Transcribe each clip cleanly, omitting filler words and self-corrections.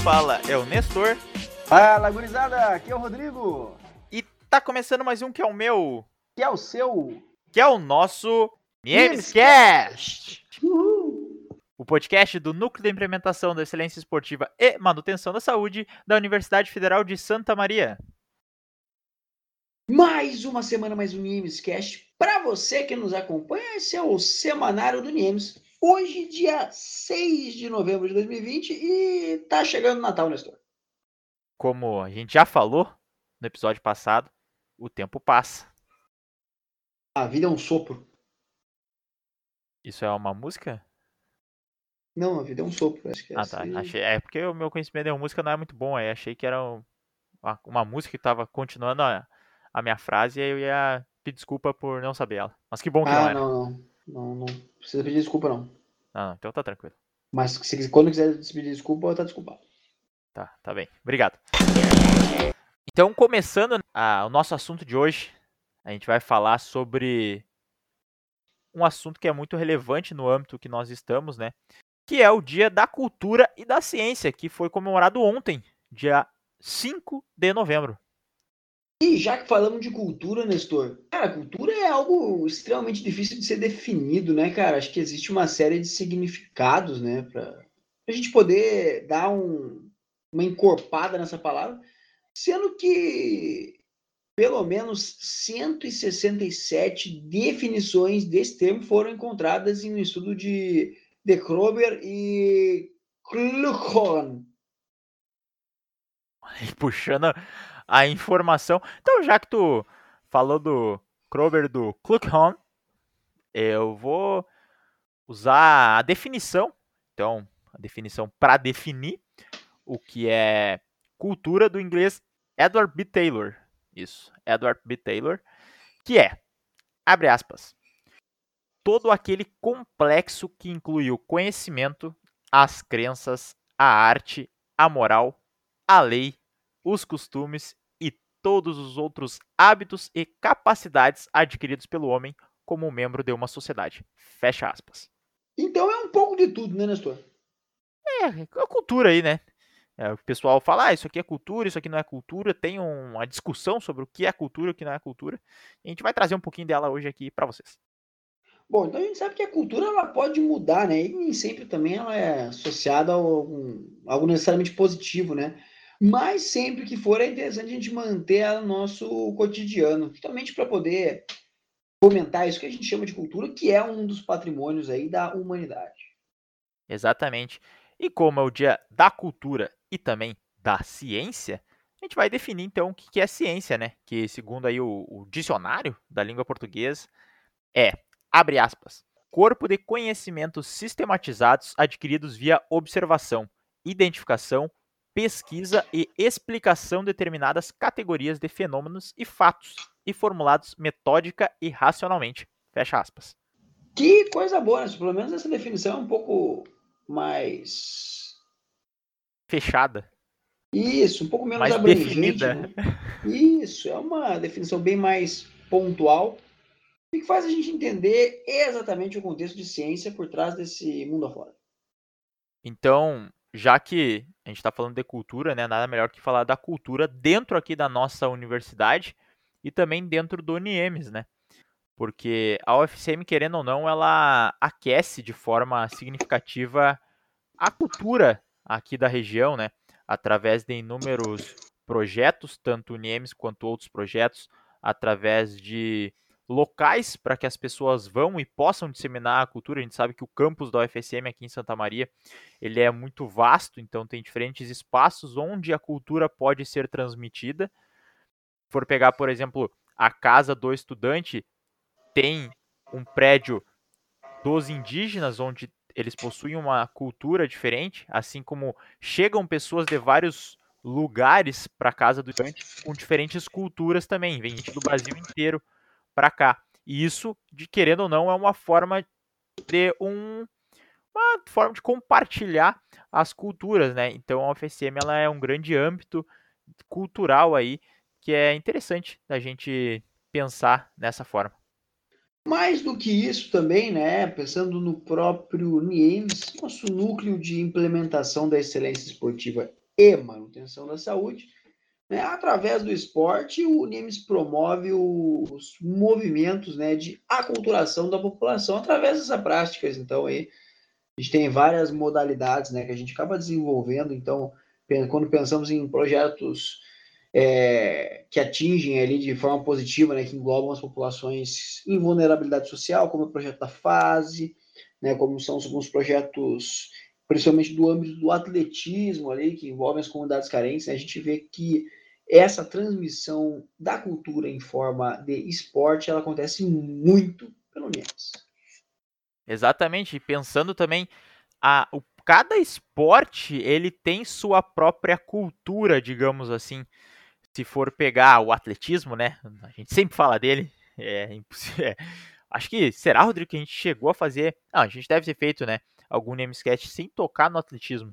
fala é o Nestor. Fala, gurizada, aqui é o Rodrigo. E tá começando mais um que é o meu. Que é o seu. Que é o nosso Niemescast. O podcast do Núcleo de Implementação da Excelência Esportiva e Manutenção da Saúde da Universidade Federal de Santa Maria. Mais uma semana, mais um Niemescast. Para você que nos acompanha, esse é o Semanário do Niemes. Hoje, dia 6 de novembro de 2020 e tá chegando o Natal, Nestor. Como a gente já falou no episódio passado, o tempo passa. A vida é um sopro. Isso é uma música? Não, a vida é um sopro. Acho que é Tá. É porque o meu conhecimento de música não é muito bom. Aí achei que era uma música que tava continuando a minha frase e aí eu ia pedir desculpa por não saber ela. Mas que bom que não era. Não precisa pedir desculpa, não. Não, então tá tranquilo. Mas quando quiser pedir desculpa, tá desculpado. Tá bem. Obrigado. Então, começando o nosso assunto de hoje, a gente vai falar sobre um assunto que é muito relevante no âmbito que nós estamos, né? Que é o Dia da Cultura e da Ciência, que foi comemorado ontem, dia 5 de novembro. E já que falamos de cultura, Nestor, cara, cultura é algo extremamente difícil de ser definido, né, cara? Acho que existe uma série de significados, né, pra gente poder dar uma encorpada nessa palavra, sendo que pelo menos 167 definições desse termo foram encontradas em um estudo de De Kroeber e Kluckhohn. Puxando a informação. Então, já que tu falou do Kroeber do Kluckhohn, eu vou usar a definição. Então, a definição para definir o que é cultura do inglês Edward B. Taylor. Isso, Edward B. Taylor, que é, abre aspas, todo aquele complexo que inclui o conhecimento, as crenças, a arte, a moral, a lei, os costumes e todos os outros hábitos e capacidades adquiridos pelo homem como membro de uma sociedade. Fecha aspas. Então é um pouco de tudo, né, Nestor? É a cultura aí, né? O pessoal fala, isso aqui é cultura, isso aqui não é cultura. Tem uma discussão sobre o que é cultura e o que não é cultura. E a gente vai trazer um pouquinho dela hoje aqui para vocês. Bom, então a gente sabe que a cultura ela pode mudar, né? E nem sempre também ela é associada a algo necessariamente positivo, né? Mas sempre que for é interessante a gente manter o nosso cotidiano, justamente para poder fomentar isso que a gente chama de cultura, que é um dos patrimônios aí da humanidade. Exatamente. E como é o dia da cultura e também da ciência, a gente vai definir então o que é ciência, né? Que segundo aí o dicionário da língua portuguesa é, abre aspas, corpo de conhecimentos sistematizados adquiridos via observação, identificação, pesquisa e explicação de determinadas categorias de fenômenos e fatos, e formulados metódica e racionalmente. Fecha aspas. Que coisa boa, né? Pelo menos essa definição é um pouco mais Fechada. Isso, um pouco menos Mais abrangente, definida. né? Isso, é uma definição bem mais pontual e que faz a gente entender exatamente o contexto de ciência por trás desse mundo afora. Então, já que a gente está falando de cultura, né, nada melhor que falar da cultura dentro aqui da nossa universidade e também dentro do Niemes, né? Porque a UFCM, querendo ou não, ela aquece de forma significativa a cultura aqui da região, né? Através de inúmeros projetos, tanto o Niemes quanto outros projetos, através de locais para que as pessoas vão e possam disseminar a cultura. A gente sabe que o campus da UFSM aqui em Santa Maria, ele é muito vasto, então tem diferentes espaços onde a cultura pode ser transmitida. Se for pegar, por exemplo, a Casa do Estudante, tem um prédio dos indígenas, onde eles possuem uma cultura diferente, assim como chegam pessoas de vários lugares para a Casa do Estudante com diferentes culturas também, vem gente do Brasil inteiro para cá. E isso, de querendo ou não, é uma forma de compartilhar as culturas, né? Então a UFSM ela é um grande âmbito cultural aí que é interessante da gente pensar dessa forma. Mais do que isso também, né, pensando no próprio NIEMS, nosso núcleo de implementação da excelência esportiva e manutenção da saúde, né? Através do esporte, o NIMS promove os movimentos, né, de aculturação da população através dessas práticas. Então, aí, a gente tem várias modalidades, né, que a gente acaba desenvolvendo. Então, quando pensamos em projetos que atingem ali de forma positiva, né, que englobam as populações em vulnerabilidade social, como o projeto da FASE, né, como são alguns projetos, principalmente do âmbito do atletismo ali, que envolvem as comunidades carentes, né, a gente vê que essa transmissão da cultura em forma de esporte, ela acontece muito pelo NEMS. Exatamente, e pensando também, cada esporte ele tem sua própria cultura, digamos assim. Se for pegar o atletismo, né? A gente sempre fala dele. É impossível. Acho que será, Rodrigo, que a gente chegou a fazer. Não, a gente deve ter feito, né? Algum Namescast sem tocar no atletismo.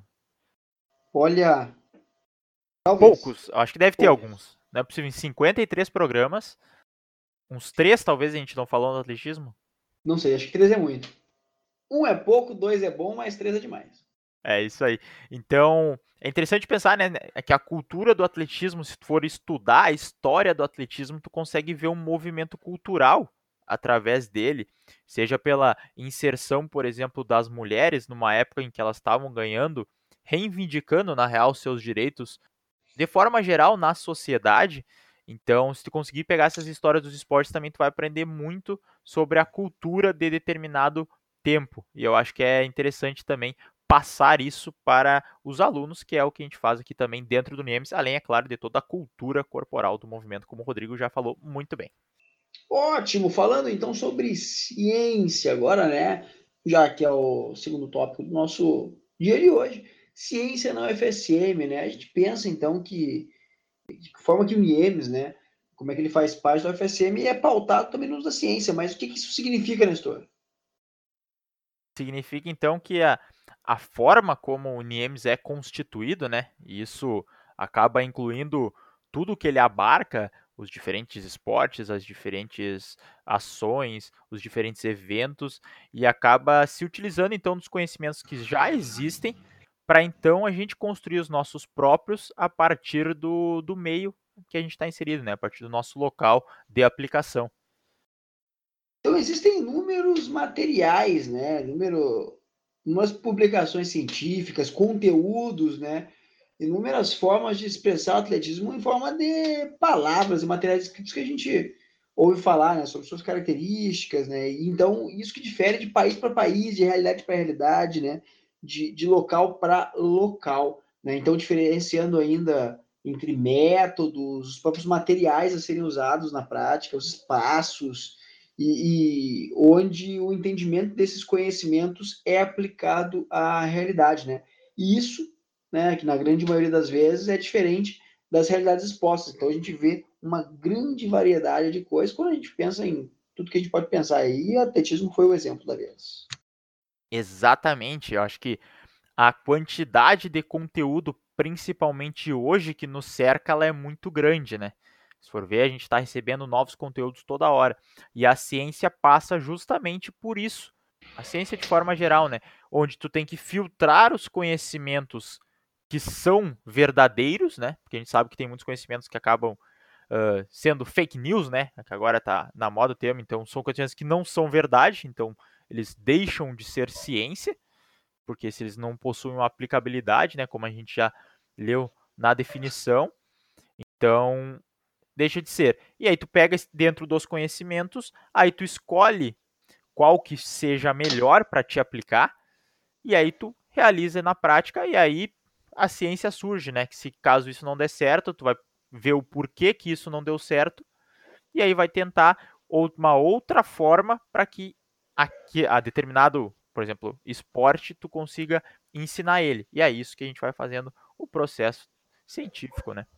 Olha, talvez. Poucos, acho que deve ter Poucos. alguns. Não é possível, em 53 programas, uns 3 talvez a gente não falou no atletismo. Não sei, acho que 3 é muito. Um é pouco, 2 é bom, mas 3 é demais. É isso aí. Então, é interessante pensar, né, que a cultura do atletismo, se tu for estudar a história do atletismo, tu consegue ver um movimento cultural através dele, seja pela inserção, por exemplo, das mulheres numa época em que elas estavam ganhando, reivindicando na real seus direitos de forma geral na sociedade. Então, se tu conseguir pegar essas histórias dos esportes, também tu vai aprender muito sobre a cultura de determinado tempo. E eu acho que é interessante também passar isso para os alunos, que é o que a gente faz aqui também dentro do NIEMS, além, é claro, de toda a cultura corporal do movimento, como o Rodrigo já falou muito bem. Ótimo, falando então sobre ciência agora, né? Já que é o segundo tópico do nosso dia de hoje, ciência na UFSM, né? A gente pensa então que de que forma que o IEMS, né? Como é que ele faz parte da UFSM é pautado também no uso da ciência, mas o que isso significa, Nestor? Significa então que a forma como o NIEMS é constituído, né? E isso acaba incluindo tudo que ele abarca, os diferentes esportes, as diferentes ações, os diferentes eventos, e acaba se utilizando então dos conhecimentos que já existem para então a gente construir os nossos próprios a partir do meio que a gente está inserido, né? A partir do nosso local de aplicação. Então existem inúmeros materiais, né? Inúmeras publicações científicas, conteúdos, né? Inúmeras formas de expressar o atletismo em forma de palavras e materiais escritos que a gente ouve falar, né, sobre suas características, né? E então, isso que difere de país para país, de realidade para realidade, né? De local para local, né? Então, diferenciando ainda entre métodos, os próprios materiais a serem usados na prática, os espaços, e onde o entendimento desses conhecimentos é aplicado à realidade, né? E isso, né, que na grande maioria das vezes é diferente das realidades expostas. Então a gente vê uma grande variedade de coisas quando a gente pensa em tudo que a gente pode pensar aí, e o atletismo foi o exemplo da vez. Exatamente, eu acho que a quantidade de conteúdo, principalmente hoje, que nos cerca, ela é muito grande, né? Se for ver, a gente está recebendo novos conteúdos toda hora. E a ciência passa justamente por isso. A ciência de forma geral, né? Onde tu tem que filtrar os conhecimentos que são verdadeiros, né? Porque a gente sabe que tem muitos conhecimentos que acabam sendo fake news, né? Que agora está na moda o termo. Então, são conhecimentos que não são verdade. Então, eles deixam de ser ciência porque se eles não possuem uma aplicabilidade, né, como a gente já leu na definição, então deixa de ser. E aí tu pega dentro dos conhecimentos, aí tu escolhe qual que seja melhor para te aplicar, e aí tu realiza na prática, e aí a ciência surge, né, que se caso isso não der certo, tu vai ver o porquê que isso não deu certo, e aí vai tentar uma outra forma para que a determinado, por exemplo, esporte, tu consiga ensinar ele. E é isso que a gente vai fazendo o processo científico, né?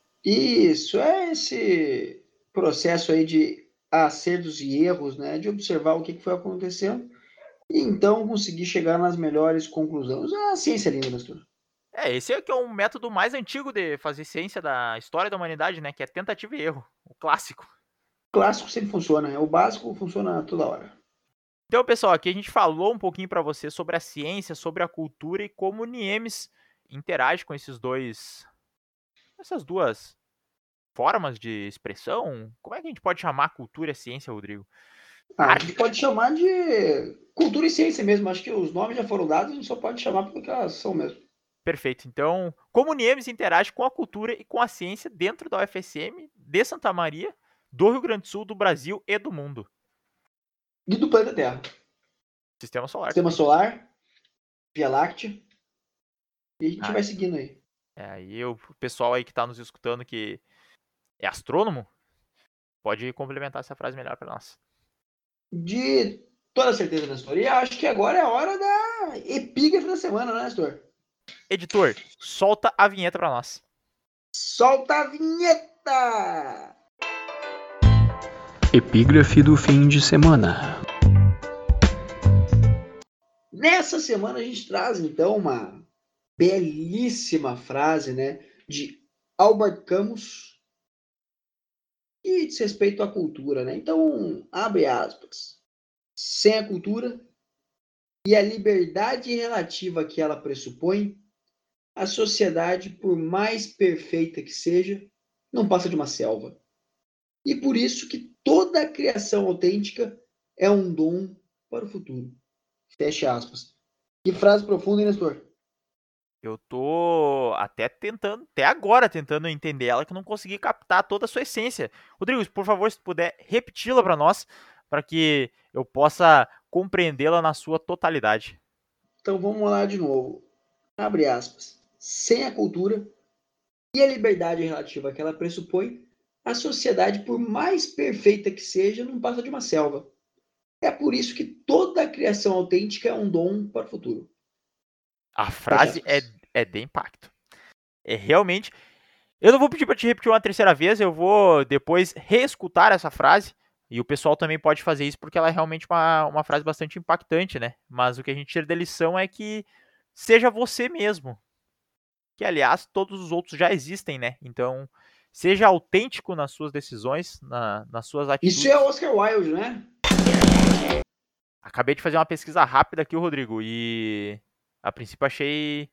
Isso é esse processo aí de acertos e erros, né, de observar o que foi acontecendo e então conseguir chegar nas melhores conclusões. A ciência é linda, Nestor. Esse é que é o método mais antigo de fazer ciência da história da humanidade, né? Que é tentativa e erro, o clássico. O clássico sempre funciona, né? O básico funciona toda hora. Então, pessoal, aqui a gente falou um pouquinho para você sobre a ciência, sobre a cultura e como o NIEMS interage com essas duas formas de expressão? Como é que a gente pode chamar cultura e ciência, Rodrigo? A gente pode chamar de cultura e ciência mesmo. Acho que os nomes já foram dados, a gente só pode chamar pelo que elas são mesmo. Perfeito. Então, como o NIEMS interage com a cultura e com a ciência dentro da UFSM, de Santa Maria, do Rio Grande do Sul, do Brasil e do mundo? E do planeta Terra. Sistema Solar. Sistema também. Solar, Via Láctea. E a gente vai seguindo aí. Aí o pessoal aí que está nos escutando que é astrônomo, pode complementar essa frase melhor para nós. De toda certeza, Nestor. E acho que agora é a hora da epígrafe da semana, né, Nestor? Editor, solta a vinheta para nós. Solta a vinheta! Epígrafe do fim de semana. Nessa semana a gente traz, então, uma belíssima frase, né, de Albert Camus, que diz respeito à cultura, né? Então, abre aspas. Sem a cultura e a liberdade relativa que ela pressupõe, a sociedade, por mais perfeita que seja, não passa de uma selva. E por isso que toda a criação autêntica é um dom para o futuro. Fecha aspas. Que frase profunda, hein, Nestor? Eu tô até agora tentando entender ela, que eu não consegui captar toda a sua essência. Rodrigo, por favor, se puder repeti-la para nós, para que eu possa compreendê-la na sua totalidade. Então vamos lá de novo. Abre aspas. Sem a cultura e a liberdade relativa que ela pressupõe, a sociedade, por mais perfeita que seja, não passa de uma selva. É por isso que toda a criação autêntica é um dom para o futuro. A frase é de impacto. É realmente. Eu não vou pedir para te repetir uma terceira vez, eu vou depois reescutar essa frase. E o pessoal também pode fazer isso porque ela é realmente uma frase bastante impactante, né? Mas o que a gente tira da lição é que seja você mesmo. Que, aliás, todos os outros já existem, né? Então, seja autêntico nas suas decisões, nas suas atitudes. Isso é Oscar Wilde, né? Acabei de fazer uma pesquisa rápida aqui, Rodrigo, e a princípio achei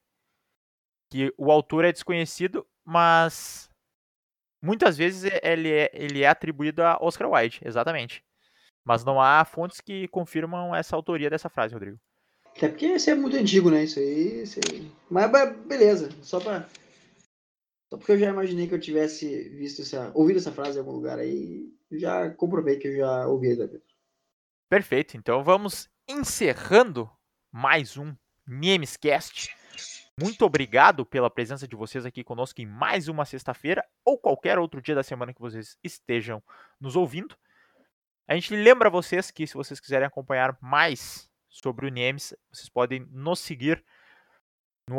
que o autor é desconhecido, mas muitas vezes ele é atribuído a Oscar Wilde, exatamente. Mas não há fontes que confirmam essa autoria dessa frase, Rodrigo. Até porque isso é muito antigo, né? Isso aí. Mas beleza. Só porque eu já imaginei que eu tivesse ouvido essa frase em algum lugar aí, já comprovei que eu já ouvi da vez. Perfeito. Então vamos encerrando mais um Niemescast. Muito obrigado pela presença de vocês aqui conosco em mais uma sexta-feira ou qualquer outro dia da semana que vocês estejam nos ouvindo. A gente lembra vocês que se vocês quiserem acompanhar mais sobre o Niemes, vocês podem nos seguir no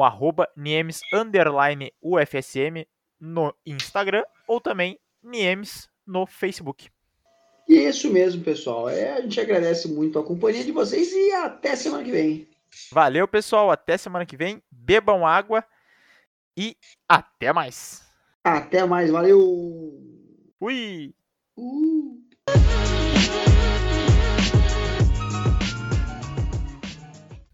@niemes_UFSM no Instagram ou também Niemes no Facebook. E é isso mesmo, pessoal. A gente agradece muito a companhia de vocês e até semana que vem. Valeu, pessoal. Até semana que vem. Bebam água e até mais. Até mais. Valeu! Fui!